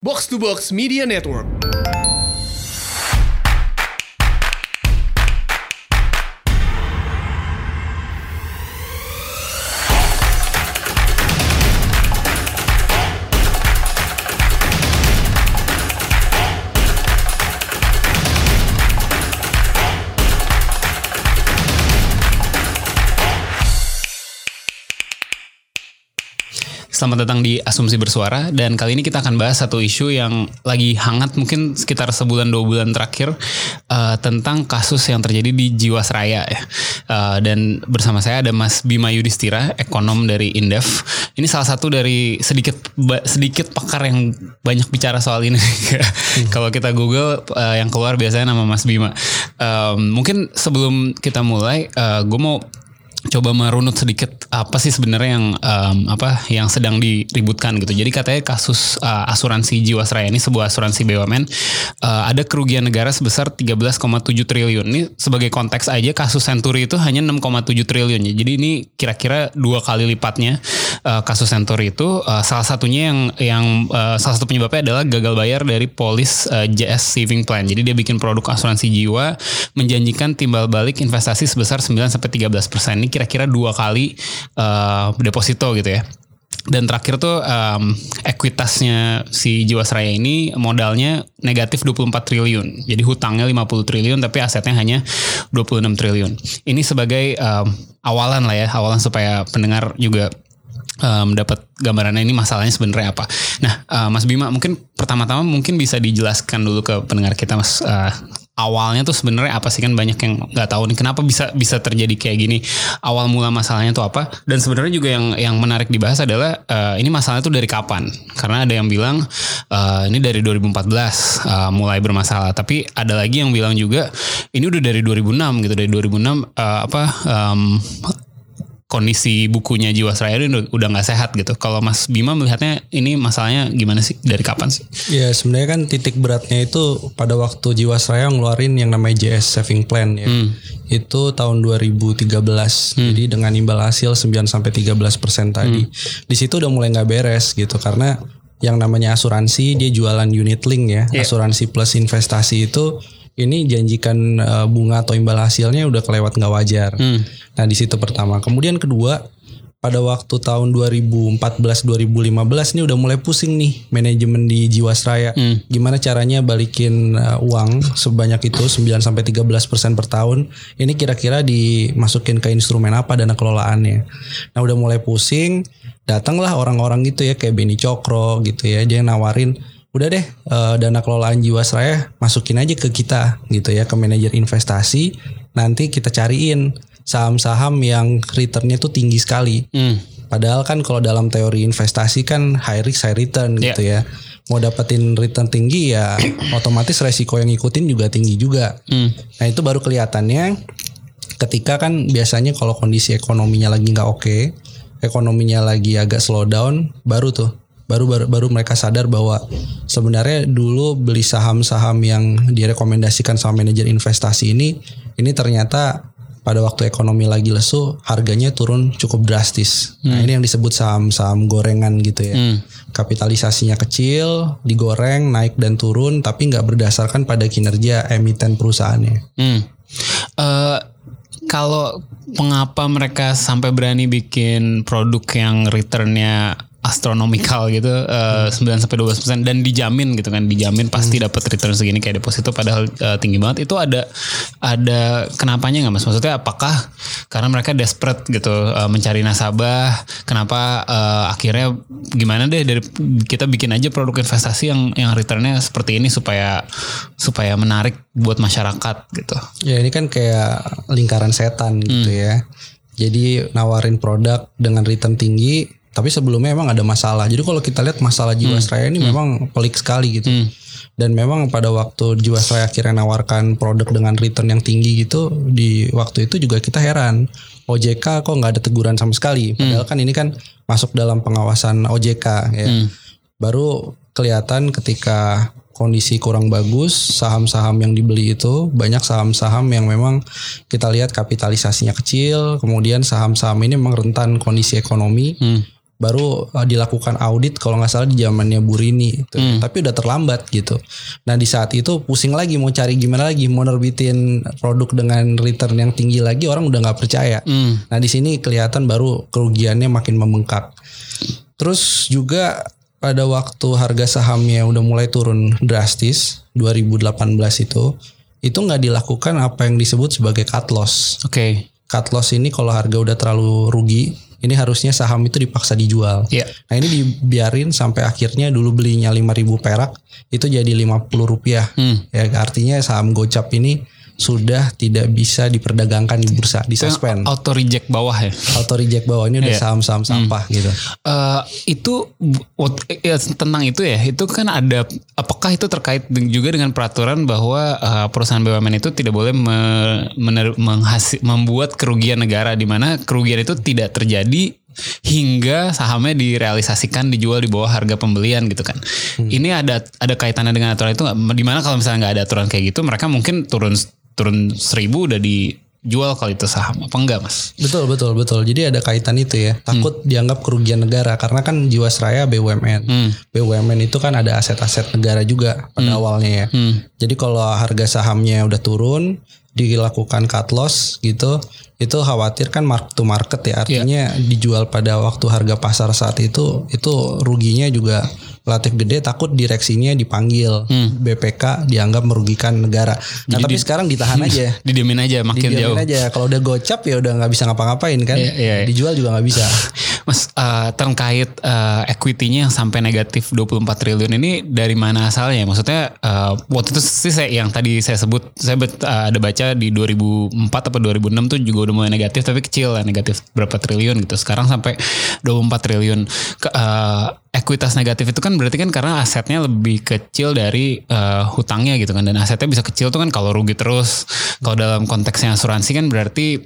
Box to Box Media Network. Selamat datang di Asumsi Bersuara, dan kali ini kita akan bahas satu isu yang lagi hangat mungkin sekitar sebulan 2 bulan terakhir, tentang kasus yang terjadi di Jiwasraya ya. Dan bersama saya ada Mas Bima Yudhistira, ekonom dari Indef. Ini salah satu dari sedikit pakar yang banyak bicara soal ini. Kalau kita Google yang keluar biasanya nama Mas Bima. Mungkin sebelum kita mulai, gue mau coba merunut sedikit apa sih sebenarnya yang sedang diributkan gitu. Jadi katanya kasus asuransi Jiwasraya ini, sebuah asuransi BUMN, ada kerugian negara sebesar 13,7 triliun. Ini sebagai konteks aja, kasus Senturi itu hanya 6,7 triliun. Jadi ini kira-kira 2 kali lipatnya kasus Senturi itu. Salah satunya salah satu penyebabnya adalah gagal bayar dari polis JS Saving Plan. Jadi dia bikin produk asuransi jiwa menjanjikan timbal balik investasi sebesar 9-13%. Ini kira-kira 2 kali deposito gitu ya. Dan terakhir tuh ekuitasnya si Jiwasraya ini modalnya negatif 24 triliun. Jadi hutangnya 50 triliun tapi asetnya hanya 26 triliun. Ini sebagai awalan lah ya, awalan supaya pendengar juga mendapat gambarannya ini masalahnya sebenarnya apa. Nah, Mas Bima, mungkin pertama-tama mungkin bisa dijelaskan dulu ke pendengar kita, Mas, awalnya tuh sebenarnya apa sih? Kan banyak yang nggak tahu nih kenapa bisa terjadi kayak gini. Awal mula masalahnya tuh apa? Dan sebenarnya juga yang menarik dibahas adalah ini masalahnya tuh dari kapan? Karena ada yang bilang ini dari 2014 mulai bermasalah. Tapi ada lagi yang bilang juga ini udah dari 2006 gitu. Dari 2006 kondisi bukunya Jiwasraya ini udah nggak sehat gitu. Kalau Mas Bima melihatnya ini masalahnya gimana sih? Dari kapan sih? Ya sebenarnya kan titik beratnya itu pada waktu Jiwasraya ngeluarin yang namanya JS Saving Plan ya. Itu tahun 2013. Jadi dengan imbal hasil 9-13% tadi. Di situ udah mulai nggak beres gitu, karena yang namanya asuransi dia jualan unit link ya. Asuransi plus investasi itu ini janjikan bunga atau imbal hasilnya udah kelewat nggak wajar. Nah di situ pertama. Kemudian kedua, pada waktu tahun 2014-2015 ini udah mulai pusing nih manajemen di Jiwasraya. Gimana caranya balikin uang sebanyak itu 9-13% per tahun. Ini kira-kira dimasukin ke instrumen apa dana kelolaannya. Nah udah mulai pusing, datanglah orang-orang gitu ya kayak Beni Cokro gitu ya. Dia nawarin, udah deh dana kelolaan Jiwasraya masukin aja ke kita gitu ya, ke manajer investasi. Nanti kita cariin saham-saham yang returnnya tuh tinggi sekali. Padahal kan kalau dalam teori investasi kan high risk high return gitu ya. Mau dapetin return tinggi ya otomatis resiko yang ngikutin juga tinggi juga. Nah itu baru kelihatannya ketika kan biasanya kalau kondisi ekonominya lagi nggak oke, ekonominya lagi agak slow down, baru mereka sadar bahwa sebenarnya dulu beli saham-saham yang direkomendasikan sama manajer investasi ini ternyata pada waktu ekonomi lagi lesu harganya turun cukup drastis. Nah ini yang disebut saham-saham gorengan gitu ya. Kapitalisasinya kecil, digoreng, naik dan turun, tapi nggak berdasarkan pada kinerja emiten perusahaannya. Kalau mengapa mereka sampai berani bikin produk yang returnnya astronomical gitu, 9-12% dan dijamin gitu kan, dijamin pasti dapat return segini kayak deposito padahal tinggi banget, itu ada kenapanya nggak Mas? Maksudnya apakah karena mereka desperate gitu mencari nasabah? Kenapa akhirnya gimana deh dari kita bikin aja produk investasi yang returnnya seperti ini supaya menarik buat masyarakat gitu? Ya ini kan kayak lingkaran setan gitu ya. Jadi nawarin produk dengan return tinggi, tapi sebelumnya memang ada masalah. Jadi kalau kita lihat masalah Jiwasraya ini memang pelik sekali gitu. Dan memang pada waktu Jiwasraya akhirnya nawarkan produk dengan return yang tinggi gitu, di waktu itu juga kita heran. OJK kok nggak ada teguran sama sekali. Padahal kan ini kan masuk dalam pengawasan OJK ya. Baru kelihatan ketika kondisi kurang bagus, saham-saham yang dibeli itu banyak saham-saham yang memang kita lihat kapitalisasinya kecil. Kemudian saham-saham ini memang rentan kondisi ekonomi. baru dilakukan audit kalau nggak salah di zamannya Bu Rini gitu. Tapi udah terlambat gitu. Nah di saat itu pusing lagi mau cari gimana lagi mau nerbitin produk dengan return yang tinggi lagi, orang udah nggak percaya. Nah di sini kelihatan baru kerugiannya makin membengkak. Terus juga pada waktu harga sahamnya udah mulai turun drastis 2018 itu nggak dilakukan apa yang disebut sebagai cut loss. Oke. Cut loss ini kalau harga udah terlalu rugi, ini harusnya saham itu dipaksa dijual. Yeah. Nah ini dibiarin sampai akhirnya dulu belinya 5.000 perak itu jadi Rp50. Ya artinya saham Gocap ini sudah tidak bisa diperdagangkan di bursa, disuspend. Auto reject bawah ya. Auto reject bawah ini udah saham-saham sampah gitu. Itu ya, tentang itu ya. Itu kan ada, apakah itu terkait juga dengan peraturan bahwa perusahaan BUMN itu tidak boleh membuat kerugian negara, di mana kerugian itu tidak terjadi hingga sahamnya direalisasikan dijual di bawah harga pembelian gitu kan. Ini ada kaitannya dengan aturan itu nggak? Dimana kalau misalnya nggak ada aturan kayak gitu, mereka mungkin turun 1.000 udah dijual kalau itu saham, apa enggak Mas? Betul. Jadi ada kaitan itu ya. Takut dianggap kerugian negara karena kan Jiwasraya BUMN. BUMN itu kan ada aset-aset negara juga pada awalnya ya. Jadi kalau harga sahamnya udah turun, dilakukan cut loss gitu, itu khawatir kan mark to market ya, artinya dijual pada waktu harga pasar saat itu ruginya juga relatif gede, takut direksinya dipanggil, BPK dianggap merugikan negara. Nah jadi tapi sekarang ditahan aja, didiemin aja makin jauh. Aja. Kalau udah Gocap ya udah nggak bisa ngapa-ngapain kan, dijual juga nggak bisa. Mas, terkait equity-nya yang sampai negatif 24 triliun ini dari mana asalnya? Maksudnya waktu itu sih yang tadi saya sebut, saya ada baca di 2004 atau 2006 tuh juga udah mulai negatif, tapi kecil lah, negatif berapa triliun gitu. Sekarang sampai 24 triliun. Ekuitas negatif itu kan berarti kan karena asetnya lebih kecil dari hutangnya gitu kan, dan asetnya bisa kecil tuh kan kalau rugi terus. Kalau dalam konteksnya asuransi kan berarti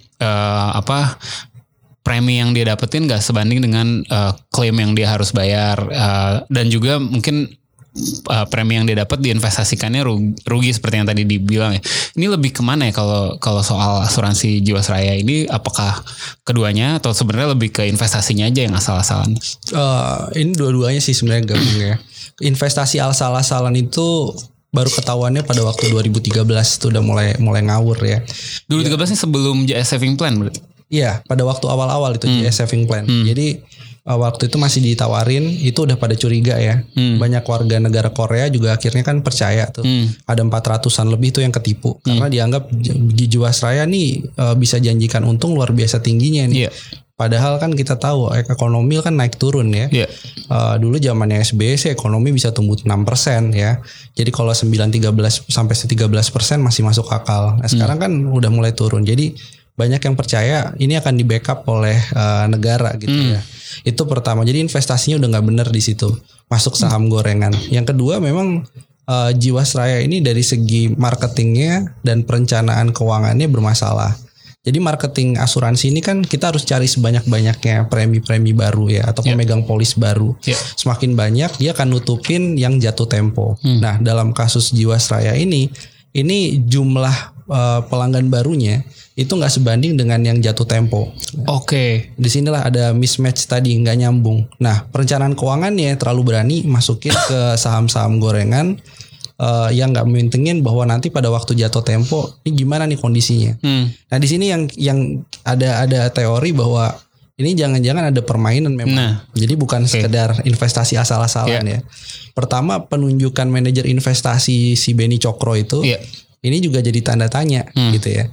premi yang dia dapetin gak sebanding dengan klaim yang dia harus bayar, dan juga mungkin premi yang dia dapat diinvestasikannya rugi seperti yang tadi dibilang ya. Ini lebih kemana ya kalau soal asuransi Jiwasraya ini? Apakah keduanya atau sebenarnya lebih ke investasinya aja yang asal-asalan? Ini dua-duanya sih sebenarnya gabung ya. Investasi asal-asalan itu baru ketahuannya pada waktu 2013 itu udah mulai ngawur ya. 2013 ini sebelum JS Saving Plan berarti? Iya, pada waktu awal-awal itu JS Saving Plan. Jadi waktu itu masih ditawarin, itu udah pada curiga ya. Banyak warga negara Korea juga akhirnya kan percaya tuh. Ada 400-an lebih tuh yang ketipu. Karena dianggap Jiwasraya nih bisa janjikan untung luar biasa tingginya nih. Padahal kan kita tahu ekonomi kan naik turun ya. Dulu zamannya SBY sih ekonomi bisa tumbuh 6% ya. Jadi kalau 9-13 sampai 13% masih masuk akal. Nah sekarang kan udah mulai turun. Jadi banyak yang percaya ini akan di backup oleh negara gitu ya. Itu pertama. Jadi investasinya udah nggak bener di situ. Masuk saham gorengan. Yang kedua memang Jiwasraya ini dari segi marketingnya dan perencanaan keuangannya bermasalah. Jadi marketing asuransi ini kan kita harus cari sebanyak-banyaknya premi-premi baru ya, atau pemegang polis baru. Semakin banyak dia akan nutupin yang jatuh tempo. Nah dalam kasus Jiwasraya ini jumlah pelanggan barunya itu nggak sebanding dengan yang jatuh tempo. Disinilah ada mismatch tadi, nggak nyambung. Nah perencanaan keuangannya terlalu berani masukin ke saham-saham gorengan yang nggak mentingin bahwa nanti pada waktu jatuh tempo ini gimana nih kondisinya. Nah di sini yang ada teori bahwa ini jangan-jangan ada permainan memang. Jadi bukan sekedar investasi asal-asalan ya. Pertama penunjukan manajer investasi si Beni Cokro itu ini juga jadi tanda tanya gitu ya.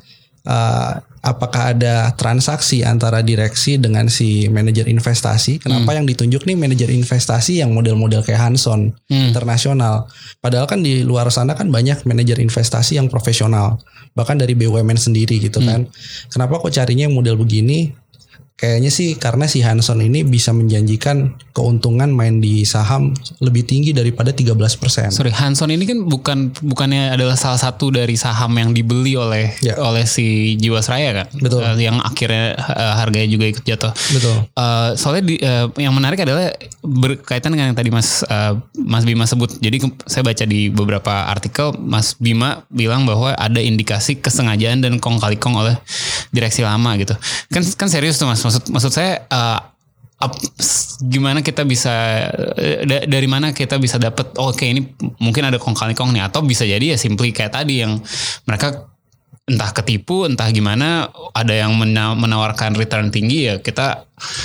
Apakah ada transaksi antara direksi dengan si manajer investasi? Kenapa yang ditunjuk nih manajer investasi yang model-model kayak Hanson internasional? Padahal kan di luar sana kan banyak manajer investasi yang profesional, bahkan dari BUMN sendiri gitu kan. Kenapa kok carinya yang model begini? Kayaknya sih karena si Hanson ini bisa menjanjikan keuntungan main di saham lebih tinggi daripada 13%. Sorry, Hanson ini kan bukannya adalah salah satu dari saham yang dibeli oleh si Jiwasraya kan? Betul. Yang akhirnya harganya juga ikut jatuh. Betul. Soalnya yang menarik adalah berkaitan dengan yang tadi Mas Bima sebut. Jadi saya baca di beberapa artikel Mas Bima bilang bahwa ada indikasi kesengajaan dan kong kali kong oleh direksi lama gitu. Kan serius tuh Mas. Maksud saya gimana kita bisa dari mana kita bisa dapat oke ini mungkin ada kong kali kong nih, atau bisa jadi ya simply kayak tadi yang mereka entah ketipu entah gimana, ada yang menawarkan return tinggi ya kita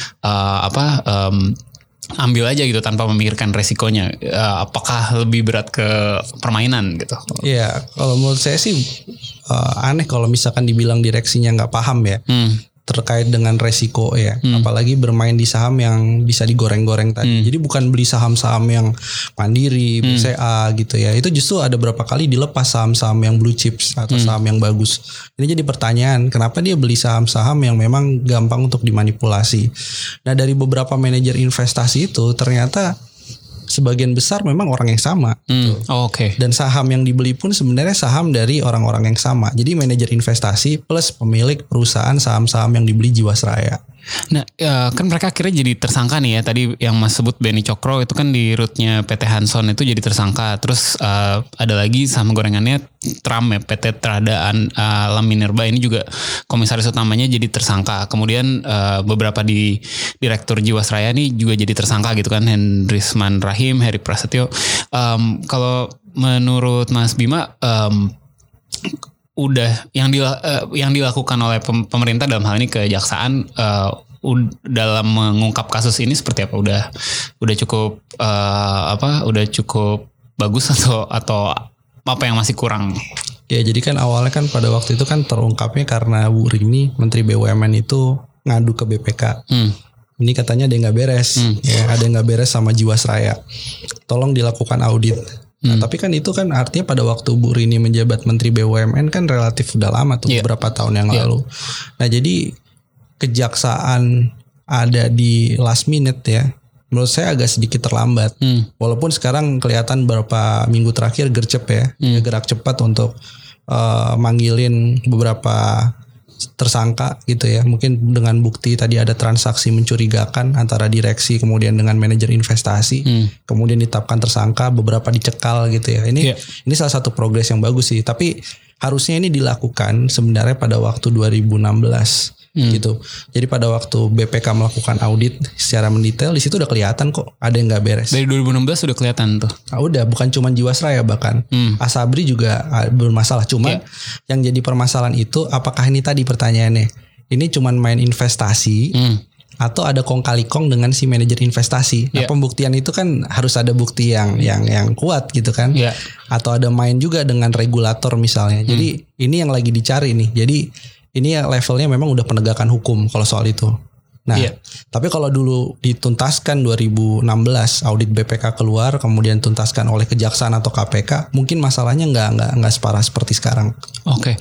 ambil aja gitu tanpa memikirkan resikonya. Apakah lebih berat ke permainan gitu? Iya, kalau menurut saya sih aneh kalau misalkan dibilang direksinya nggak paham ya terkait dengan resiko ya. Apalagi bermain di saham yang bisa digoreng-goreng tadi. Jadi bukan beli saham-saham yang mandiri, BCA gitu ya. Itu justru ada berapa kali dilepas saham-saham yang blue chips atau saham yang bagus. Ini jadi pertanyaan, kenapa dia beli saham-saham yang memang gampang untuk dimanipulasi. Nah dari beberapa manajer investasi itu ternyata sebagian besar memang orang yang sama. Gitu. Oke. Dan saham yang dibeli pun sebenarnya saham dari orang-orang yang sama. Jadi manajer investasi plus pemilik perusahaan saham-saham yang dibeli Jiwasraya. Nah, kan mereka akhirnya jadi tersangka nih ya. Tadi yang Mas sebut Beni Cokro itu kan di rootnya PT Hanson itu jadi tersangka. Terus ada lagi saham gorengannya Tram ya, PT Tradaan Alam Minerba ini juga komisaris utamanya jadi tersangka. Kemudian beberapa di direktur Jiwasraya ini juga jadi tersangka gitu kan. Hendrisman Rahim, Heri Prasetyo. Kalau menurut Mas Bima, udah yang dilakukan oleh pemerintah dalam hal ini kejaksaan dalam mengungkap kasus ini seperti apa? Udah cukup udah cukup bagus atau apa yang masih kurang? Ya jadi kan awalnya kan pada waktu itu kan terungkapnya karena Bu Rini Menteri BUMN itu ngadu ke BPK. Ini katanya ada yang nggak beres, ya ada yang nggak beres sama Jiwasraya. Tolong dilakukan audit. Nah, tapi kan itu kan artinya pada waktu Bu Rini menjabat Menteri BUMN kan relatif udah lama tuh, beberapa tahun yang lalu. Nah jadi kejaksaan ada di last minute ya, menurut saya agak sedikit terlambat. Walaupun sekarang kelihatan beberapa minggu terakhir gercep ya, gerak cepat untuk manggilin beberapa tersangka gitu ya. Mungkin dengan bukti tadi ada transaksi mencurigakan antara direksi kemudian dengan manajer investasi, kemudian ditetapkan tersangka, beberapa dicekal gitu ya. Ini salah satu progres yang bagus sih. Tapi harusnya ini dilakukan sebenarnya pada waktu 2016 gitu. Jadi pada waktu BPK melakukan audit secara mendetail, di situ udah kelihatan kok ada yang nggak beres. Dari 2016 sudah kelihatan tuh. Udah, bukan cuma Jiwasraya bahkan Asabri juga bermasalah. Cuma yang jadi permasalahan itu apakah ini tadi pertanyaannya, ini cuma main investasi atau ada kong kali kong dengan si manajer investasi. Nah, pembuktian itu kan harus ada bukti yang kuat gitu kan. Atau ada main juga dengan regulator misalnya. Jadi ini yang lagi dicari nih. Jadi ini ya levelnya memang udah penegakan hukum kalau soal itu. Nah, tapi kalau dulu dituntaskan 2016 audit BPK keluar, kemudian tuntaskan oleh kejaksaan atau KPK, mungkin masalahnya nggak separah seperti sekarang. Oke.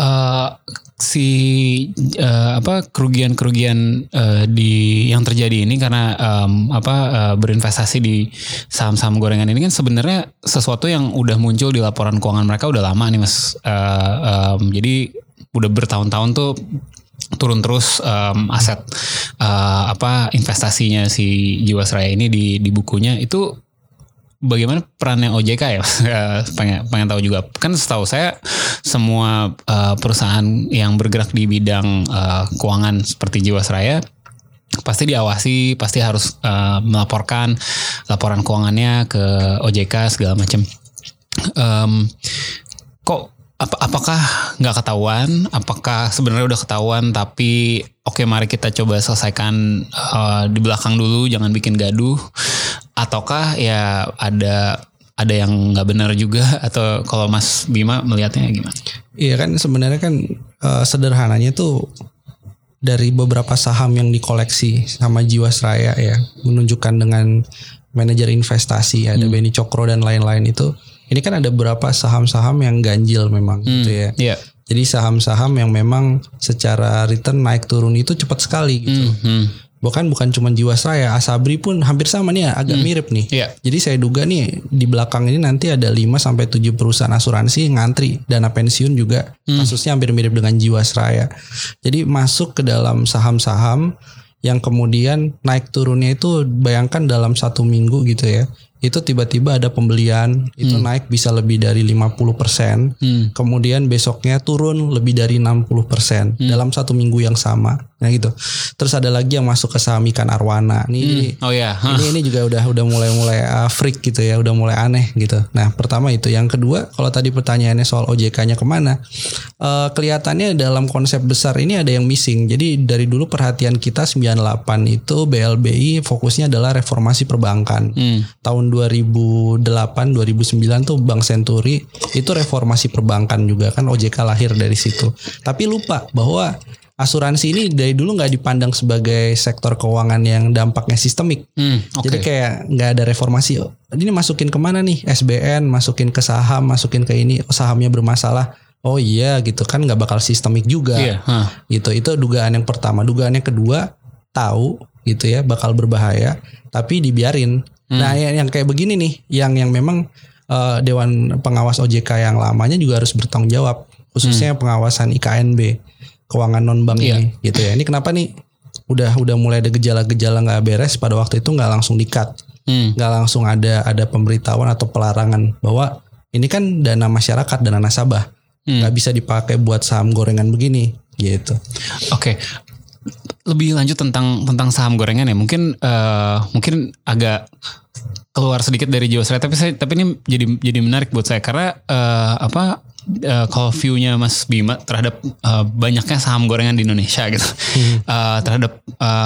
Kerugian yang terjadi ini karena berinvestasi di saham-saham gorengan ini kan sebenarnya sesuatu yang udah muncul di laporan keuangan mereka udah lama nih Mas. Jadi udah bertahun-tahun tuh turun terus aset investasinya si Jiwasraya ini di bukunya. Itu bagaimana perannya OJK ya? pengen tahu juga. Kan setahu saya semua perusahaan yang bergerak di bidang keuangan seperti Jiwasraya pasti diawasi, pasti harus melaporkan laporan keuangannya ke OJK segala macam. Apakah nggak ketahuan? Apakah sebenarnya udah ketahuan tapi oke mari kita coba selesaikan di belakang dulu, jangan bikin gaduh? Ataukah ya ada yang nggak benar juga? Atau kalau Mas Bima melihatnya gimana? Iya kan sebenarnya kan sederhananya tuh dari beberapa saham yang dikoleksi sama Jiwasraya ya, menunjukkan dengan manajer investasi ada Beni Cokro dan lain-lain itu. Ini kan ada beberapa saham-saham yang ganjil memang gitu ya. Jadi saham-saham yang memang secara return naik turun itu cepat sekali gitu. Bukan cuma Jiwasraya, Asabri pun hampir sama nih ya, agak mirip nih. Jadi saya duga nih di belakang ini nanti ada 5-7 perusahaan asuransi ngantri dana pensiun juga. Kasusnya hampir mirip dengan Jiwasraya. Jadi masuk ke dalam saham-saham yang kemudian naik turunnya itu bayangkan dalam 1 minggu gitu ya. Itu tiba-tiba ada pembelian, itu naik bisa lebih dari 50%, kemudian besoknya turun lebih dari 60% dalam 1 minggu yang sama. Nah gitu. Terus ada lagi yang masuk ke saham ikan arwana. Ini juga udah mulai freak gitu ya, udah mulai aneh gitu. Nah pertama itu. Yang kedua, kalau tadi pertanyaannya soal OJK-nya kemana, kelihatannya dalam konsep besar ini ada yang missing. Jadi dari dulu perhatian kita 98 itu BLBI fokusnya adalah reformasi perbankan. Tahun 2008, 2009 tuh Bank Senturi itu reformasi perbankan juga kan, OJK lahir dari situ. Tapi lupa bahwa asuransi ini dari dulu nggak dipandang sebagai sektor keuangan yang dampaknya sistemik. Jadi kayak nggak ada reformasi. Ini masukin kemana nih? SBN, masukin ke saham, masukin ke ini. Sahamnya bermasalah. Oh iya gitu kan, nggak bakal sistemik juga. Gitu. Itu dugaan yang pertama. Dugaan yang kedua, tahu gitu ya bakal berbahaya, tapi dibiarin. Nah yang kayak begini nih, yang memang Dewan Pengawas OJK yang lamanya juga harus bertanggung jawab, khususnya pengawasan IKNB, keuangan non bank ini gitu ya. Ini kenapa nih udah mulai ada gejala-gejala nggak beres, pada waktu itu nggak langsung di-cut, nggak langsung ada pemberitahuan atau pelarangan bahwa ini kan dana masyarakat, dana nasabah, nggak bisa dipakai buat saham gorengan begini gitu. Oke. Lebih lanjut tentang saham gorengan ya, mungkin agak keluar sedikit dari Jiwasraya, tapi ini jadi menarik buat saya karena kalau view-nya Mas Bima terhadap banyaknya saham gorengan di Indonesia gitu, terhadap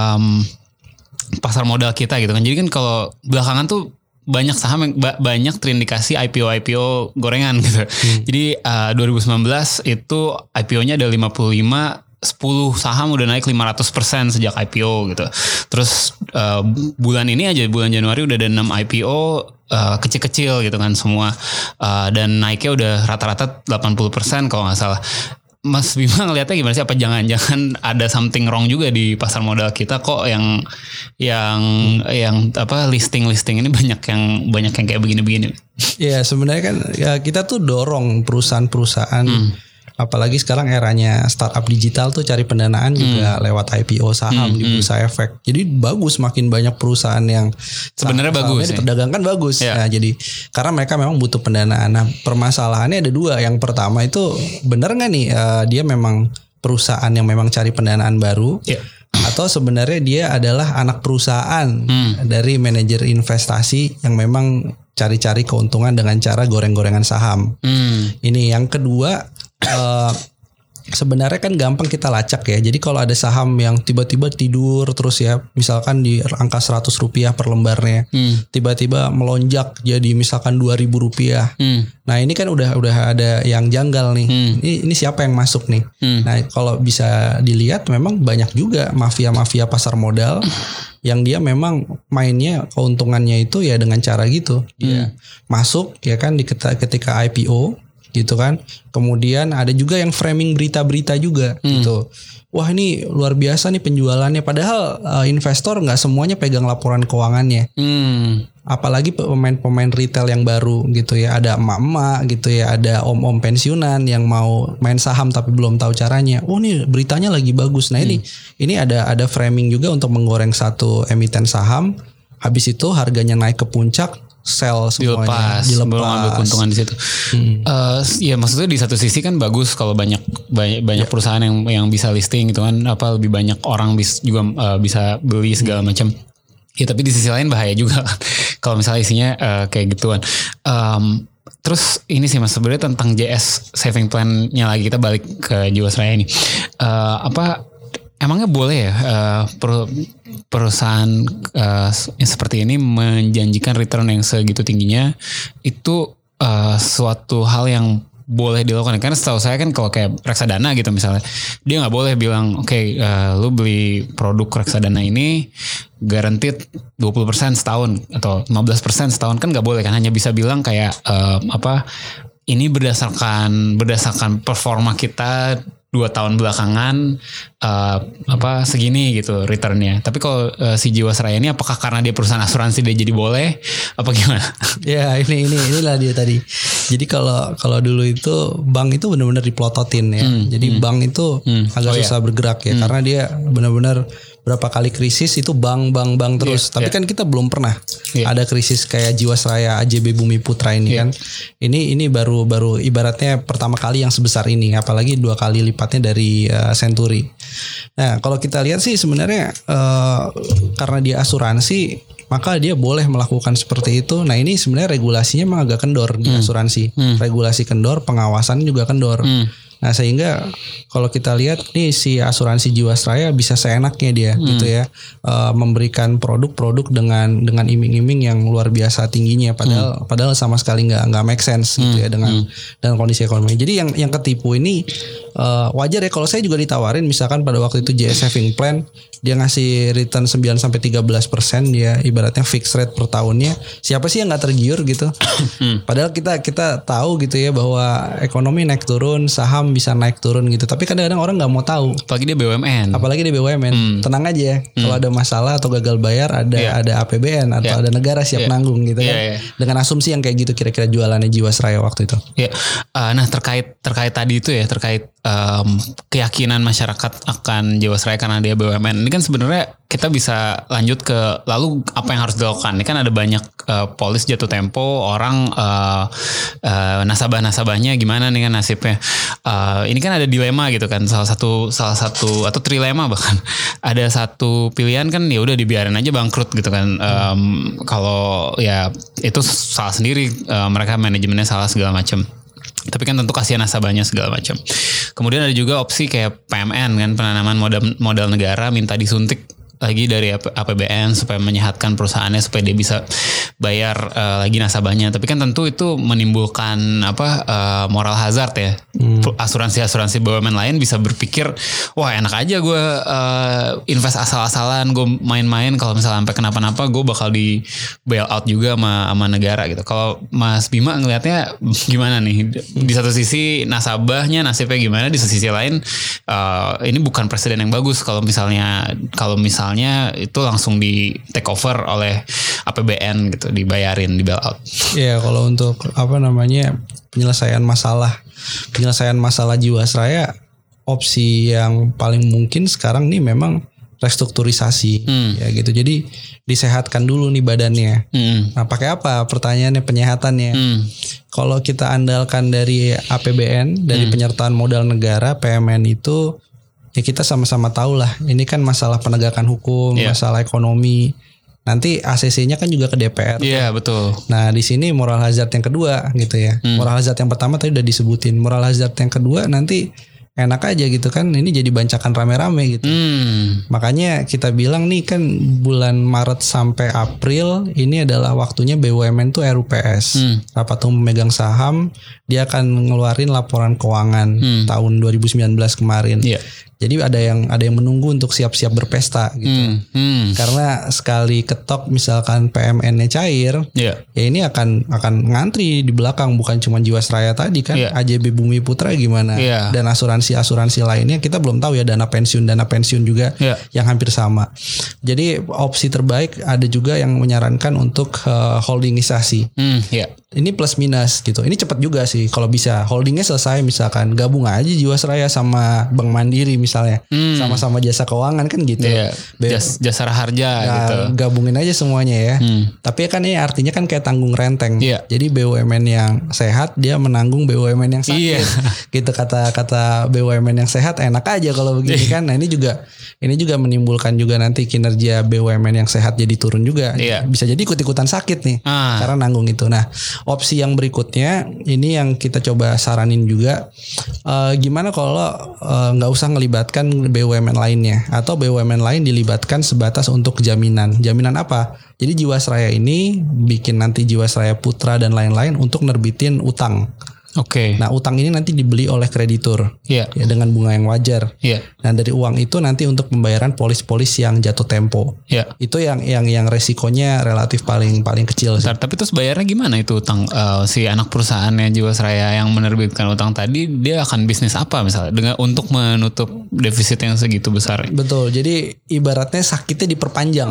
pasar modal kita gitu kan. Jadi kan kalau belakangan tuh banyak saham yang banyak terindikasi IPO gorengan gitu. Jadi 2019 itu IPO-nya ada 10 saham udah naik 500% sejak IPO gitu. Terus bulan ini aja, bulan Januari udah ada 6 IPO kecil-kecil gitu kan semua. Dan naiknya udah rata-rata 80% kalau gak salah. Mas Bima ngeliatnya gimana sih? Apa jangan-jangan ada something wrong juga di pasar modal kita kok yang listing ini banyak yang kayak begini-begini? Ya sebenarnya kan ya kita tuh dorong perusahaan-perusahaan, apalagi sekarang eranya startup digital tuh cari pendanaan juga lewat IPO saham di Bursa Efek. Jadi bagus, makin banyak perusahaan yang sebenarnya bagus diperdagangkan bagus. Ya. Nah, jadi karena mereka memang butuh pendanaan. Nah, permasalahannya ada dua. Yang pertama itu benar nggak nih dia memang perusahaan yang memang cari pendanaan baru, atau sebenarnya dia adalah anak perusahaan dari manajer investasi yang memang cari-cari keuntungan dengan cara goreng-gorengan saham. Ini yang kedua. Sebenarnya kan gampang kita lacak ya. Jadi kalau ada saham yang tiba-tiba tidur terus ya, misalkan di angka Rp100 per lembarnya, tiba-tiba melonjak jadi misalkan Rp2.000. Nah ini kan udah ada yang janggal nih. Ini siapa yang masuk nih? Nah kalau bisa dilihat memang banyak juga mafia-mafia pasar modal yang dia memang mainnya keuntungannya itu ya dengan cara gitu. Dia masuk ya kan ketika IPO gitu kan. Kemudian ada juga yang framing berita-berita juga gitu. Wah ini luar biasa nih penjualannya. Padahal investor nggak semuanya pegang laporan keuangannya. Apalagi pemain-pemain retail yang baru gitu ya. Ada emak-emak gitu ya. Ada om-om pensiunan yang mau main saham tapi belum tahu caranya. Oh nih beritanya lagi bagus. Nah ini ada framing juga untuk menggoreng satu emiten saham. Habis itu harganya naik ke puncak, sell semuanya, dilepas. Belum ambil keuntungan di situ. Ya maksudnya di satu sisi kan bagus kalau banyak perusahaan yang bisa listing gitu kan, lebih banyak orang juga bisa beli segala macam. Ya tapi di sisi lain bahaya juga kan kalau misalnya isinya kayak gituan. Terus ini sih Mas, sebenarnya tentang JS saving plan-nya lagi, kita balik ke Jiwasraya ini. Emangnya boleh ya perusahaan seperti ini menjanjikan return yang segitu tingginya? Itu suatu hal yang boleh dilakukan. Karena setahu saya kan kalau kayak reksadana gitu misalnya, dia nggak boleh bilang lu beli produk reksadana ini guaranteed 20% setahun atau 15% setahun, kan nggak boleh kan. Hanya bisa bilang kayak ini berdasarkan performa kita 2 tahun belakangan segini gitu returnnya. Tapi kalau si Jiwasraya ini apakah karena dia perusahaan asuransi dia jadi boleh apa gimana? Ya inilah dia tadi. Jadi kalau dulu itu bank itu benar-benar diplototin ya. Jadi bank itu agak susah bergerak ya karena dia benar-benar berapa kali krisis itu bank terus. Tapi kan kita belum pernah ada krisis kayak Jiwasraya, AJB Bumi Putra ini kan. Ini baru ibaratnya pertama kali yang sebesar ini, apalagi 2 kali lipatnya dari Senturi. Nah, kalau kita lihat sih sebenarnya karena dia asuransi, maka dia boleh melakukan seperti itu. Nah, ini sebenarnya regulasinya memang agak kendor di asuransi. Regulasi kendor, pengawasan juga kendor. Nah, sehingga kalau kita lihat nih si asuransi Jiwasraya bisa seenaknya dia gitu ya, memberikan produk-produk dengan iming-iming yang luar biasa tingginya, padahal sama sekali nggak make sense gitu ya dengan kondisi ekonomi. Jadi yang ketipu ini wajar ya. Kalau saya juga ditawarin misalkan pada waktu itu JS Saving Plan, dia ngasih return 9-13%, dia ibaratnya fixed rate per tahunnya. Siapa sih yang nggak tergiur gitu? Padahal kita tahu gitu ya bahwa ekonomi naik turun, saham bisa naik turun gitu. Tapi kadang-kadang orang nggak mau tahu. Apalagi dia BUMN. Tenang aja ya. Kalau ada masalah atau gagal bayar, ada APBN atau ada negara siap nanggung gitu kan. Dengan asumsi yang kayak gitu kira-kira jualannya Jiwasraya waktu itu. Ya. Nah terkait tadi itu ya, terkait keyakinan masyarakat akan Jiwasraya karena dia BUMN. Ini kan sebenarnya kita bisa lanjut ke lalu apa yang harus dilakukan. Ini kan ada banyak polis jatuh tempo, orang nasabah-nasabahnya gimana nih kan nasibnya. Ini kan ada dilema gitu kan, salah satu atau trilema bahkan. Ada satu pilihan kan ya udah dibiarin aja bangkrut gitu kan. Kalau ya itu salah sendiri, mereka manajemennya salah segala macam. Tapi kan tentu kasihan nasabahnya segala macam. Kemudian ada juga opsi kayak PMN kan, penanaman modal negara, minta disuntik lagi dari APBN supaya menyehatkan perusahaannya supaya dia bisa bayar lagi nasabahnya. Tapi kan tentu itu menimbulkan moral hazard ya. Asuransi BUMN lain bisa berpikir, wah enak aja gue invest asal-asalan, gue main-main, kalau misalnya sampai kenapa-napa gue bakal di bail out juga sama negara gitu. Kalau Mas Bima ngelihatnya gimana nih? Di satu sisi nasabahnya nasibnya gimana, di satu sisi lain ini bukan presiden yang bagus kalau misalnya itu langsung di take over oleh APBN gitu, dibayarin, di bail out. Iya, kalau untuk penyelesaian masalah Jiwasraya, opsi yang paling mungkin sekarang nih memang restrukturisasi ya gitu. Jadi disehatkan dulu nih badannya. Nah, pakai apa? Pertanyaannya penyehatannya. Kalau kita andalkan dari APBN, dari penyertaan modal negara, PMN itu ya kita sama-sama tahu lah, ini kan masalah penegakan hukum, masalah ekonomi. Nanti ACC-nya kan juga ke DPR. Iya, betul. Nah, di sini moral hazard yang kedua gitu ya. Moral hazard yang pertama tadi udah disebutin. Moral hazard yang kedua nanti enak aja gitu kan, ini jadi bancakan rame-rame gitu. Makanya kita bilang nih kan bulan Maret sampai April ini adalah waktunya BUMN tuh RUPS, rapat umum memegang saham, dia akan ngeluarin laporan keuangan tahun 2019 kemarin. Jadi ada yang menunggu untuk siap-siap berpesta gitu. Karena sekali ketok misalkan PMN-nya cair, ya ini akan ngantri di belakang, bukan cuma Jiwasraya tadi kan, AJB Bumi Putra gimana, dan asuransi lainnya kita belum tahu ya, dana pensiun juga yang hampir sama. Jadi opsi terbaik ada juga yang menyarankan untuk holdingisasi. Ini plus minus gitu. Ini cepat juga sih kalau bisa holdingnya selesai, misalkan gabung aja Jiwasraya sama Bank Mandiri misalnya, sama-sama jasa keuangan kan gitu. Jasara harja gitu. Gabungin aja semuanya ya. Tapi kan ini artinya kan kayak tanggung renteng. Jadi BUMN yang sehat dia menanggung BUMN yang sakit. Gitu kata BUMN yang sehat enak aja kalau begini kan. Nah ini juga menimbulkan juga nanti kinerja BUMN yang sehat jadi turun juga. Bisa jadi ikut-ikutan sakit nih karena nanggung itu. Nah, opsi yang berikutnya ini yang kita coba saranin juga, gimana kalau nggak usah ngelibatkan BUMN lainnya, atau BUMN lain dilibatkan sebatas untuk jaminan apa? Jadi Jiwasraya ini bikin nanti Jiwasraya Putra dan lain-lain untuk nerbitin utang. Nah utang ini nanti dibeli oleh kreditur ya, dengan bunga yang wajar. Nah dari uang itu nanti untuk pembayaran polis-polis yang jatuh tempo. Itu yang resikonya relatif paling kecil. Tapi terus bayarnya gimana itu utang? Si anak perusahaannya Jiwasraya yang menerbitkan utang tadi, dia akan bisnis apa misalnya untuk menutup defisit yang segitu besar? Betul. Jadi ibaratnya sakitnya diperpanjang.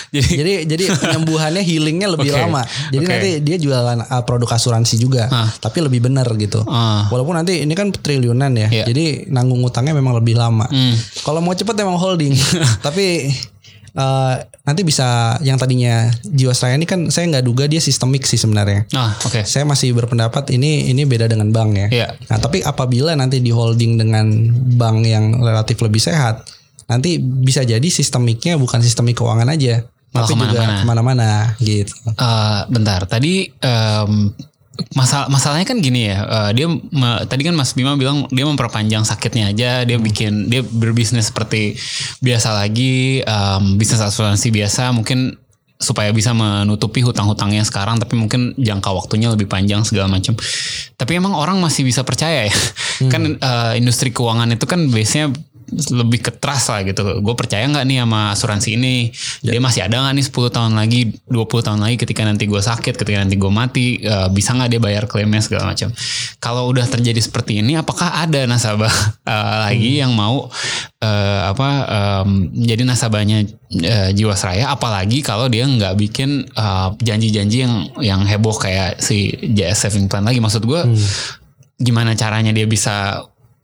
jadi penyembuhannya, healingnya lebih lama. Jadi nanti dia jualan produk asuransi juga, tapi lebih benar gitu. Walaupun nanti ini kan triliunan ya. Jadi nanggung utangnya memang lebih lama. Kalau mau cepat memang holding. Tapi nanti bisa yang tadinya Jiwasraya ini kan saya nggak duga dia sistemik sih sebenarnya. Oke. Saya masih berpendapat ini beda dengan bank ya. Iya. Nah tapi apabila nanti di holding dengan bank yang relatif lebih sehat, nanti bisa jadi sistemiknya bukan sistemik keuangan aja, tapi juga kemana-mana gitu. Bentar, tadi masalahnya kan gini ya, tadi kan Mas Bima bilang dia memperpanjang sakitnya aja, dia berbisnis seperti biasa lagi, bisnis asuransi biasa mungkin supaya bisa menutupi hutang-hutangnya sekarang, tapi mungkin jangka waktunya lebih panjang segala macam. Tapi emang orang masih bisa percaya ya, kan industri keuangan itu kan biasanya lebih ke trust lah gitu. Gue percaya nggak nih sama asuransi ini, dia masih ada nggak nih 10 tahun lagi, 20 tahun lagi ketika nanti gue sakit, ketika nanti gue mati, bisa nggak dia bayar klaimnya segala macam. Kalau udah terjadi seperti ini, apakah ada nasabah lagi yang mau menjadi nasabahnya Jiwasraya, apalagi kalau dia nggak bikin janji-janji yang heboh kayak si JS Saving Plan lagi. Maksud gue gimana caranya dia bisa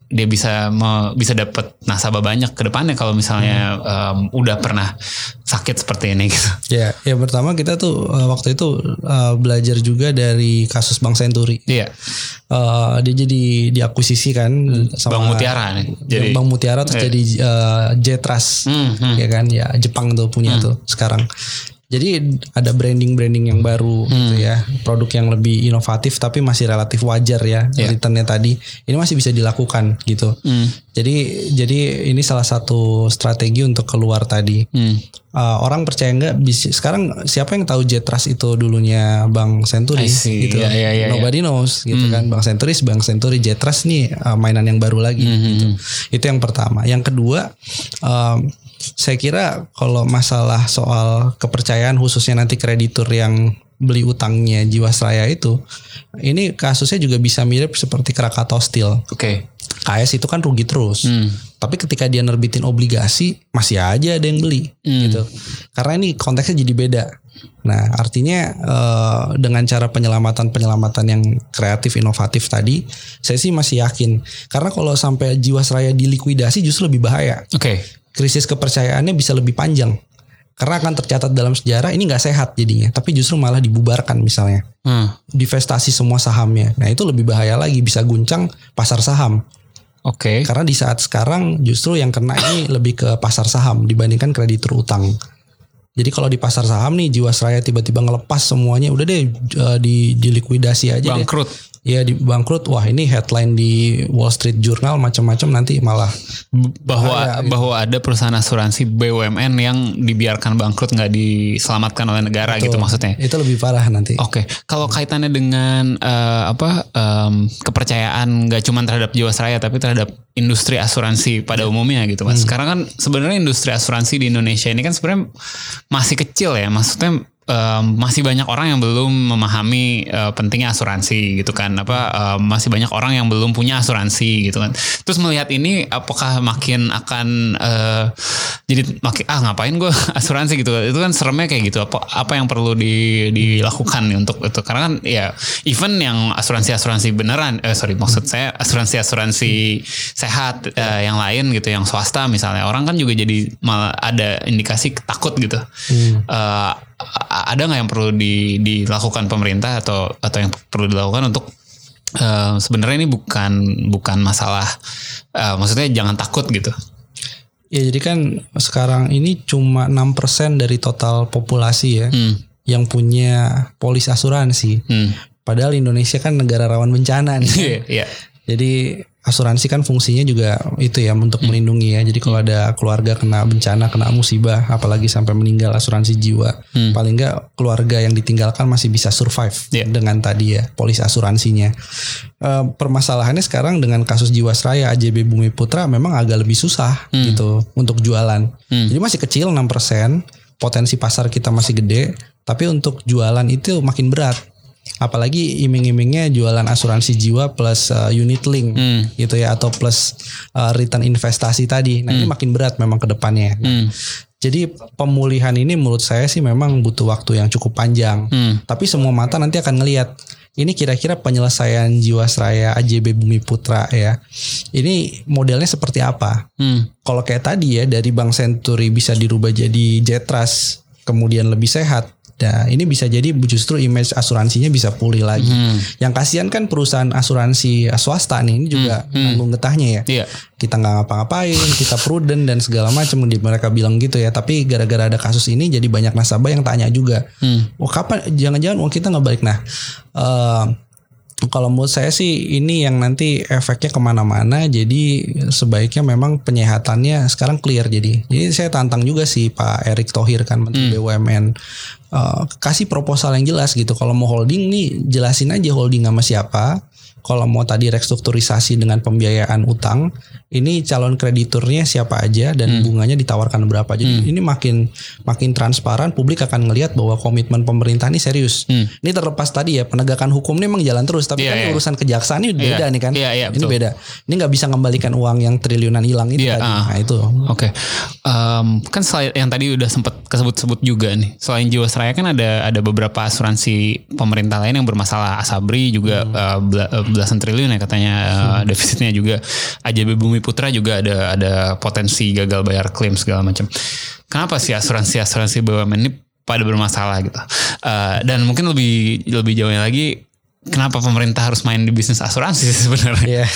dapat nasabah banyak ke depannya kalau misalnya udah pernah sakit seperti ini gitu. Ya pertama kita tuh waktu itu belajar juga dari kasus Bank Senturi. Iya. Dia jadi diakuisisi kan sama Bank Mutiara nih. Jadi Bank Mutiara terus jadi J-Trust. Ya kan, ya Jepang tuh punya tuh sekarang. Jadi ada branding yang baru gitu ya, produk yang lebih inovatif tapi masih relatif wajar ya returnnya tadi. Ini masih bisa dilakukan gitu. Jadi ini salah satu strategi untuk keluar tadi. Orang percaya nggak? Sekarang siapa yang tahu J-Trust itu dulunya Bank Senturi gitu? Nobody knows gitu kan. Bank Senturi, J-Trust nih mainan yang baru lagi. Gitu. Itu yang pertama. Yang kedua. Saya kira kalau masalah soal kepercayaan khususnya nanti kreditur yang beli utangnya Jiwasraya itu, ini kasusnya juga bisa mirip seperti Krakatau Steel. Oke. KS itu kan rugi terus. Tapi ketika dia nerbitin obligasi masih aja ada yang beli gitu. Karena ini konteksnya jadi beda. Nah, artinya dengan cara penyelamatan yang kreatif inovatif tadi, saya sih masih yakin. Karena kalau sampai Jiwasraya dilikuidasi justru lebih bahaya. Oke. Krisis kepercayaannya bisa lebih panjang karena akan tercatat dalam sejarah ini nggak sehat jadinya, tapi justru malah dibubarkan misalnya, divestasi semua sahamnya. Nah itu lebih bahaya lagi, bisa guncang pasar saham. Oke. Karena di saat sekarang justru yang kena ini lebih ke pasar saham dibandingkan kreditur utang. Jadi kalau di pasar saham nih Jiwasraya tiba-tiba ngelepas semuanya, udah deh dilikuidasi aja. Bangkrut. Ya di bangkrut, wah ini headline di Wall Street Journal macam-macam nanti malah bahwa ada perusahaan asuransi BUMN yang dibiarkan bangkrut nggak diselamatkan oleh negara. Betul, gitu maksudnya. Itu lebih parah nanti. Oke. Kalau kaitannya dengan kepercayaan nggak cuma terhadap Jiwasraya tapi terhadap industri asuransi pada umumnya gitu Mas. Sekarang kan sebenarnya industri asuransi di Indonesia ini kan sebenarnya masih kecil ya, maksudnya masih banyak orang yang belum memahami pentingnya asuransi gitu kan, masih banyak orang yang belum punya asuransi gitu kan. Terus melihat ini apakah makin akan jadi makin ngapain gue asuransi gitu, itu kan seremnya kayak gitu. Apa yang perlu dilakukan nih untuk itu, karena kan ya even yang asuransi beneran maksud saya asuransi sehat yang lain gitu, yang swasta misalnya, orang kan juga jadi malah ada indikasi takut gitu. Ada nggak yang perlu dilakukan pemerintah atau yang perlu dilakukan untuk sebenarnya ini bukan masalah, maksudnya jangan takut gitu. Ya jadi kan sekarang ini cuma 6% dari total populasi ya yang punya polis asuransi. Padahal Indonesia kan negara rawan bencana nih. Iya. Jadi asuransi kan fungsinya juga itu ya untuk melindungi ya. Jadi kalau ada keluarga kena bencana, kena musibah, apalagi sampai meninggal, asuransi jiwa, paling enggak keluarga yang ditinggalkan masih bisa survive dengan tadi ya polis asuransinya. Permasalahannya sekarang dengan kasus Jiwasraya, AJB Bumi Putra memang agak lebih susah gitu untuk jualan. Jadi masih kecil 6%, potensi pasar kita masih gede, tapi untuk jualan itu makin berat. Apalagi iming-imingnya jualan asuransi jiwa plus unit link gitu ya, atau plus return investasi tadi. Nah ini makin berat memang ke depannya. Jadi pemulihan ini menurut saya sih memang butuh waktu yang cukup panjang. Tapi semua mata nanti akan ngelihat ini kira-kira penyelesaian Jiwasraya AJB Bumi Putra ya. Ini modelnya seperti apa? Kalau kayak tadi ya dari Bank Senturi bisa dirubah jadi Jetras, kemudian lebih sehat. Nah, ini bisa jadi justru image asuransinya bisa pulih lagi. Yang kasihan kan perusahaan asuransi swasta nih, ini juga nanggung getahnya ya. Iya. Kita nggak ngapa-ngapain, kita prudent dan segala macam. Mereka bilang gitu ya. Tapi gara-gara ada kasus ini, jadi banyak nasabah yang tanya juga. Oh kapan? Jangan-jangan uang kita nggak balik. Nah, kalau menurut saya sih ini yang nanti efeknya kemana-mana. Jadi sebaiknya memang penyehatannya sekarang clear. Jadi saya tantang juga sih Pak Erick Thohir kan Menteri BUMN, kasih proposal yang jelas gitu. Kalau mau holding nih jelasin aja holding sama siapa. Kalau mau tadi restrukturisasi dengan pembiayaan utang, ini calon krediturnya siapa aja dan bunganya ditawarkan berapa. Jadi ini makin transparan, publik akan ngelihat bahwa komitmen pemerintah ini serius. Ini terlepas tadi ya penegakan hukum ini memang jalan terus, tapi kan urusan kejaksaan ini beda nih kan. Ini beda. Ini nggak bisa ngembalikan uang yang triliunan hilang itu tadi. Nah itu. Oke. Kan selain yang tadi udah sempat kesebut-sebut juga nih. Selain Jiwasraya kan ada beberapa asuransi pemerintah lain yang bermasalah. Asabri juga belasan triliun ya katanya defisitnya juga. AJB Bumi Putra juga ada potensi gagal bayar klaim segala macam. Kenapa sih asuransi BUMN ini pada bermasalah gitu? Dan mungkin lebih jauhnya lagi, kenapa pemerintah harus main di bisnis asuransi sebenarnya?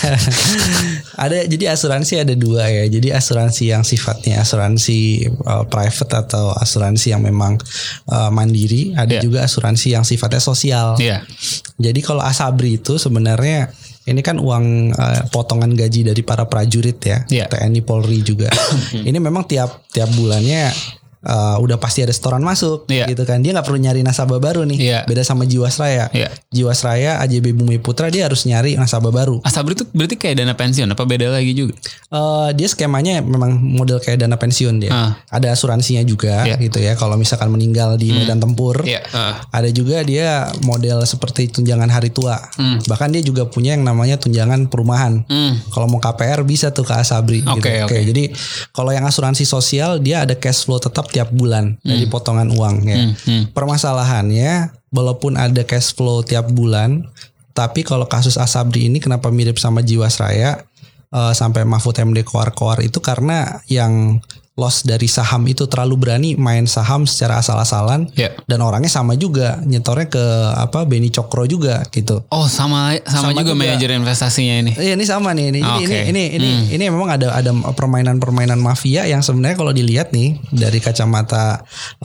Jadi asuransi ada dua ya. Jadi asuransi yang sifatnya asuransi private atau asuransi yang memang mandiri. Ada juga asuransi yang sifatnya sosial. Jadi kalau Asabri itu sebenarnya ini kan uang potongan gaji dari para prajurit ya, TNI Polri juga. Ini memang tiap bulannya udah pasti ada setoran masuk gitu kan. Dia nggak perlu nyari nasabah baru nih. Beda sama Jiwasraya. Jiwasraya AJB Bumi Putra dia harus nyari nasabah baru. Asabri itu berarti kayak dana pensiun apa beda lagi juga? Dia skemanya memang model kayak dana pensiun dia. Ada asuransinya juga gitu ya. Kalau misalkan meninggal di medan tempur. Ada juga dia model seperti tunjangan hari tua. Bahkan dia juga punya yang namanya tunjangan perumahan. Kalau mau KPR bisa tuh ke Asabri. Oke. Jadi kalau yang asuransi sosial dia ada cash flow tetap tiap bulan dari potongan uang ya. Permasalahannya walaupun ada cash flow tiap bulan, tapi kalau kasus Asabri ini kenapa mirip sama Jiwasraya sampai Mahfud MD koar-koar itu karena yang loss dari saham itu terlalu berani main saham secara asal-asalan dan orangnya sama juga nyetornya ke Beni Cokro juga gitu. Oh sama juga manajer investasinya ini. Iya ini sama nih. Ini memang ada permainan mafia yang sebenarnya kalau dilihat nih dari kacamata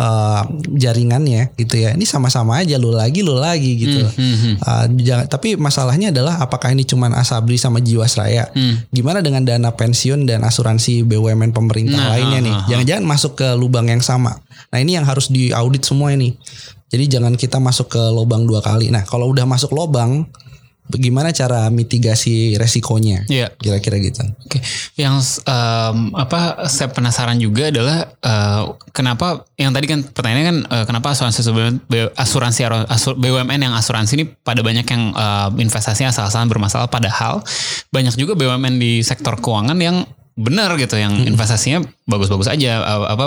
jaringannya gitu ya. Ini sama-sama aja lu lagi gitu. Tapi masalahnya adalah apakah ini cuman Asabri sama Jiwasraya? Gimana dengan dana pensiun dan asuransi BUMN pemerintah lainnya? Jangan-jangan masuk ke lubang yang sama. Nah ini yang harus diaudit semua ini. Jadi jangan kita masuk ke lubang 2 kali. Nah kalau udah masuk lubang, bagaimana cara mitigasi resikonya? Kira-kira gitu. Oke. Yang saya penasaran juga adalah kenapa yang tadi kan pertanyaannya kan kenapa asuransi BUMN yang asuransi ini pada banyak yang investasinya asal-asalan bermasalah, padahal banyak juga BUMN di sektor keuangan yang benar gitu, yang investasinya bagus-bagus aja,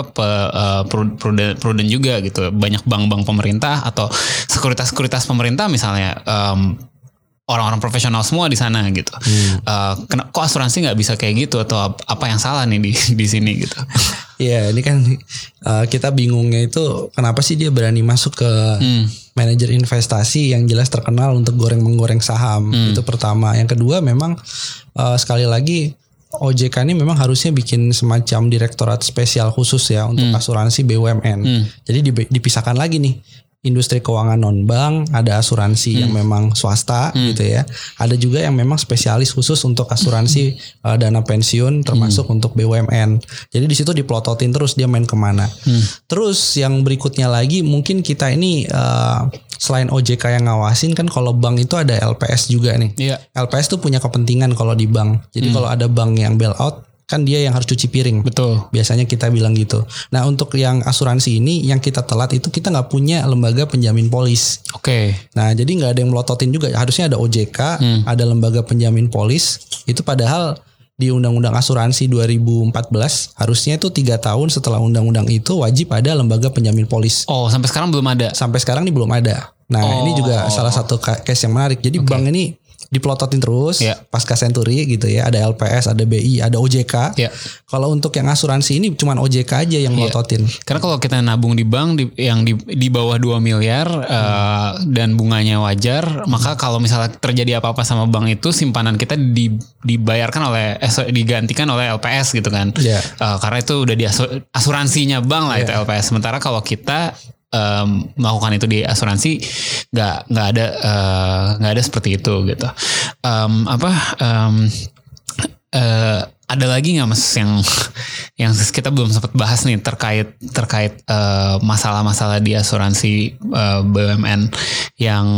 prudent juga gitu. Banyak bank-bank pemerintah atau sekuritas pemerintah misalnya, orang-orang profesional semua di sana gitu. Kok asuransi nggak bisa kayak gitu, atau apa yang salah nih di sini gitu? Iya, ini kan kita bingungnya itu kenapa sih dia berani masuk ke manajer investasi yang jelas terkenal untuk goreng-menggoreng saham. Itu pertama. Yang kedua memang sekali lagi OJK ini memang harusnya bikin semacam direktorat spesial khusus ya untuk asuransi BUMN. Jadi dipisahkan lagi nih. Industri keuangan non-bank, ada asuransi yang memang swasta gitu ya. Ada juga yang memang spesialis khusus untuk asuransi dana pensiun termasuk untuk BUMN. Jadi di situ diplototin terus dia main kemana. Terus yang berikutnya lagi mungkin kita ini selain OJK yang ngawasin kan, kalau bank itu ada LPS juga nih. LPS tuh punya kepentingan kalau di bank. Jadi kalau ada bank yang bail out, kan dia yang harus cuci piring. Betul. Biasanya kita bilang gitu. Nah untuk yang asuransi ini yang kita telat itu kita nggak punya lembaga penjamin polis. Nah jadi nggak ada yang melototin juga. Harusnya ada OJK, ada lembaga penjamin polis. Itu padahal di Undang-Undang Asuransi 2014 harusnya itu 3 tahun setelah undang-undang itu wajib ada lembaga penjamin polis. Oh sampai sekarang belum ada? Sampai sekarang ini belum ada. Nah ini juga salah satu case yang menarik. Jadi bank ini dipelototin terus pasca Century gitu ya. Ada LPS, ada BI, ada OJK. Kalau untuk yang asuransi ini cuma OJK aja yang melototin. Karena kalau kita nabung di bank yang di bawah 2 miliar dan bunganya wajar, maka kalau misalnya terjadi apa-apa sama bank itu, simpanan kita dibayarkan digantikan oleh LPS gitu kan. Karena itu udah di asuransinya bank lah itu LPS. Sementara kalau kita melakukan itu di asuransi nggak ada seperti itu gitu. Ada lagi nggak Mas yang kita belum sempat bahas nih terkait masalah-masalah di asuransi BUMN yang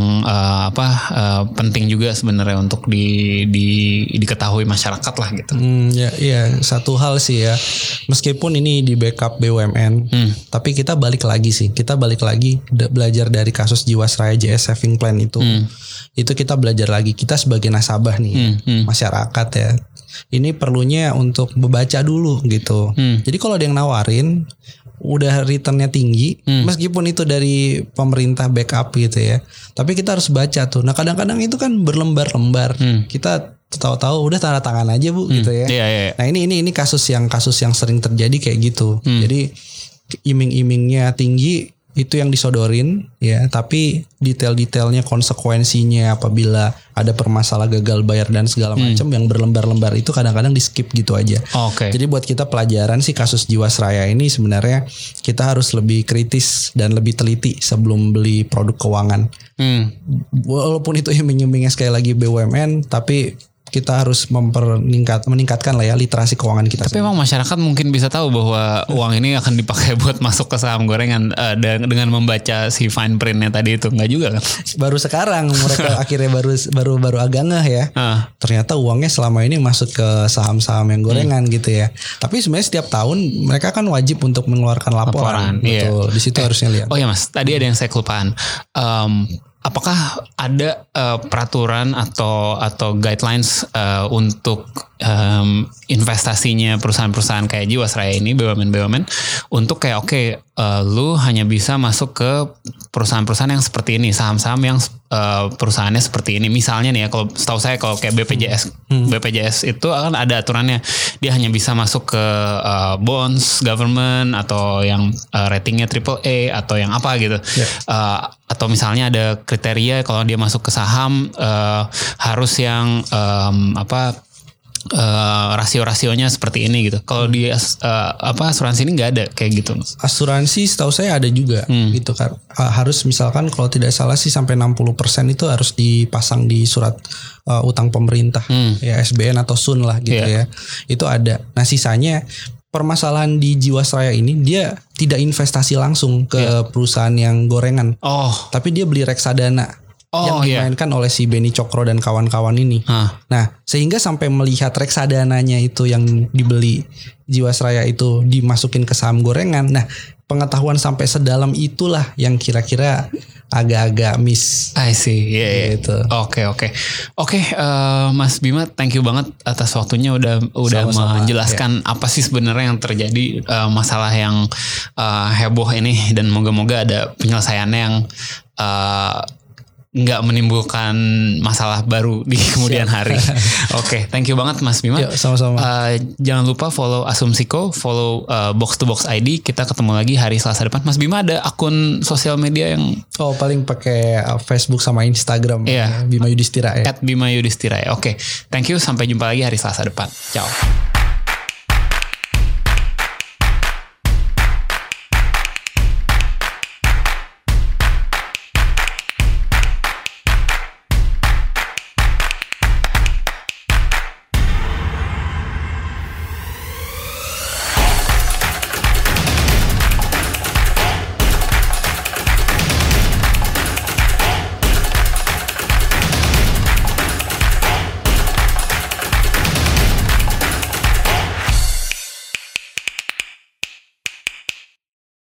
penting juga sebenarnya untuk diketahui masyarakat lah gitu. Ya satu hal sih ya, meskipun ini di backup BUMN, tapi kita balik lagi belajar dari kasus Jiwasraya JS Saving Plan itu kita belajar lagi, kita sebagai nasabah nih masyarakat ya. Ini perlunya untuk membaca dulu gitu. Jadi kalau ada yang nawarin udah returnnya tinggi, meskipun itu dari pemerintah backup gitu ya, tapi kita harus baca tuh. Nah kadang-kadang itu kan berlembar-lembar. Kita tahu-tahu udah tanda tangan aja Bu gitu ya. Nah ini kasus yang sering terjadi kayak gitu. Jadi iming-imingnya tinggi, itu yang disodorin ya, tapi detail-detailnya, konsekuensinya apabila ada permasalahan gagal bayar dan segala macam yang berlembar-lembar itu kadang-kadang di skip gitu aja. Jadi buat kita pelajaran sih kasus Jiwasraya ini sebenarnya kita harus lebih kritis dan lebih teliti sebelum beli produk keuangan. Walaupun itu iming-imingnya sekali lagi BUMN, tapi kita harus meningkatkan lah ya literasi keuangan kita. Tapi emang masyarakat mungkin bisa tahu bahwa uang ini akan dipakai buat masuk ke saham gorengan dengan membaca si fine printnya tadi itu, nggak juga kan? Baru sekarang mereka akhirnya baru agak ngeh ya. Ternyata uangnya selama ini masuk ke saham-saham yang gorengan gitu ya. Tapi sebenarnya setiap tahun mereka kan wajib untuk mengeluarkan laporan. Betul. Di situ harusnya lihat. Oh ya Mas, tadi ada yang saya kelupaan. Apakah ada peraturan atau guidelines untuk investasinya perusahaan-perusahaan kayak Jiwasraya ini, BUMN untuk kayak lu hanya bisa masuk ke perusahaan-perusahaan yang seperti ini, saham-saham yang perusahaannya seperti ini. Misalnya nih ya, kalau setahu saya kalau kayak BPJS itu akan ada aturannya, dia hanya bisa masuk ke bonds government atau yang ratingnya AAA atau yang apa gitu. Atau misalnya ada kriteria kalau dia masuk ke saham harus yang rasio-rasionya seperti ini gitu. Kalau di asuransi ini nggak ada kayak gitu. Asuransi setahu saya ada juga gitu kan. Harus misalkan kalau tidak salah sih sampai 60% itu harus dipasang di surat utang pemerintah ya, SBN atau SUN lah gitu ya. Itu ada. Nah sisanya permasalahan di Jiwasraya ini dia tidak investasi langsung ke perusahaan yang gorengan. Tapi dia beli reksadana. Yang dimainkan oleh si Beni Cokro dan kawan-kawan ini. Nah, sehingga sampai melihat reksadananya itu yang dibeli Jiwasraya itu dimasukin ke saham gorengan. Nah, pengetahuan sampai sedalam itulah yang kira-kira agak-agak miss. I see. Gitu. Oke. Mas Bima, thank you banget atas waktunya udah Sama-sama, menjelaskan apa sih sebenarnya yang terjadi, masalah yang heboh ini, dan moga-moga ada penyelesaiannya yang nggak menimbulkan masalah baru di kemudian hari. Oke, thank you banget Mas Bima. Sama-sama. Jangan lupa follow Asumsiko, follow Box to Box ID. Kita ketemu lagi hari Selasa depan. Mas Bima ada akun sosial media yang paling pakai Facebook sama Instagram. Bima Yudhistira ya. @Bima Yudhistira ya. Oke, thank you. Sampai jumpa lagi hari Selasa depan. Ciao.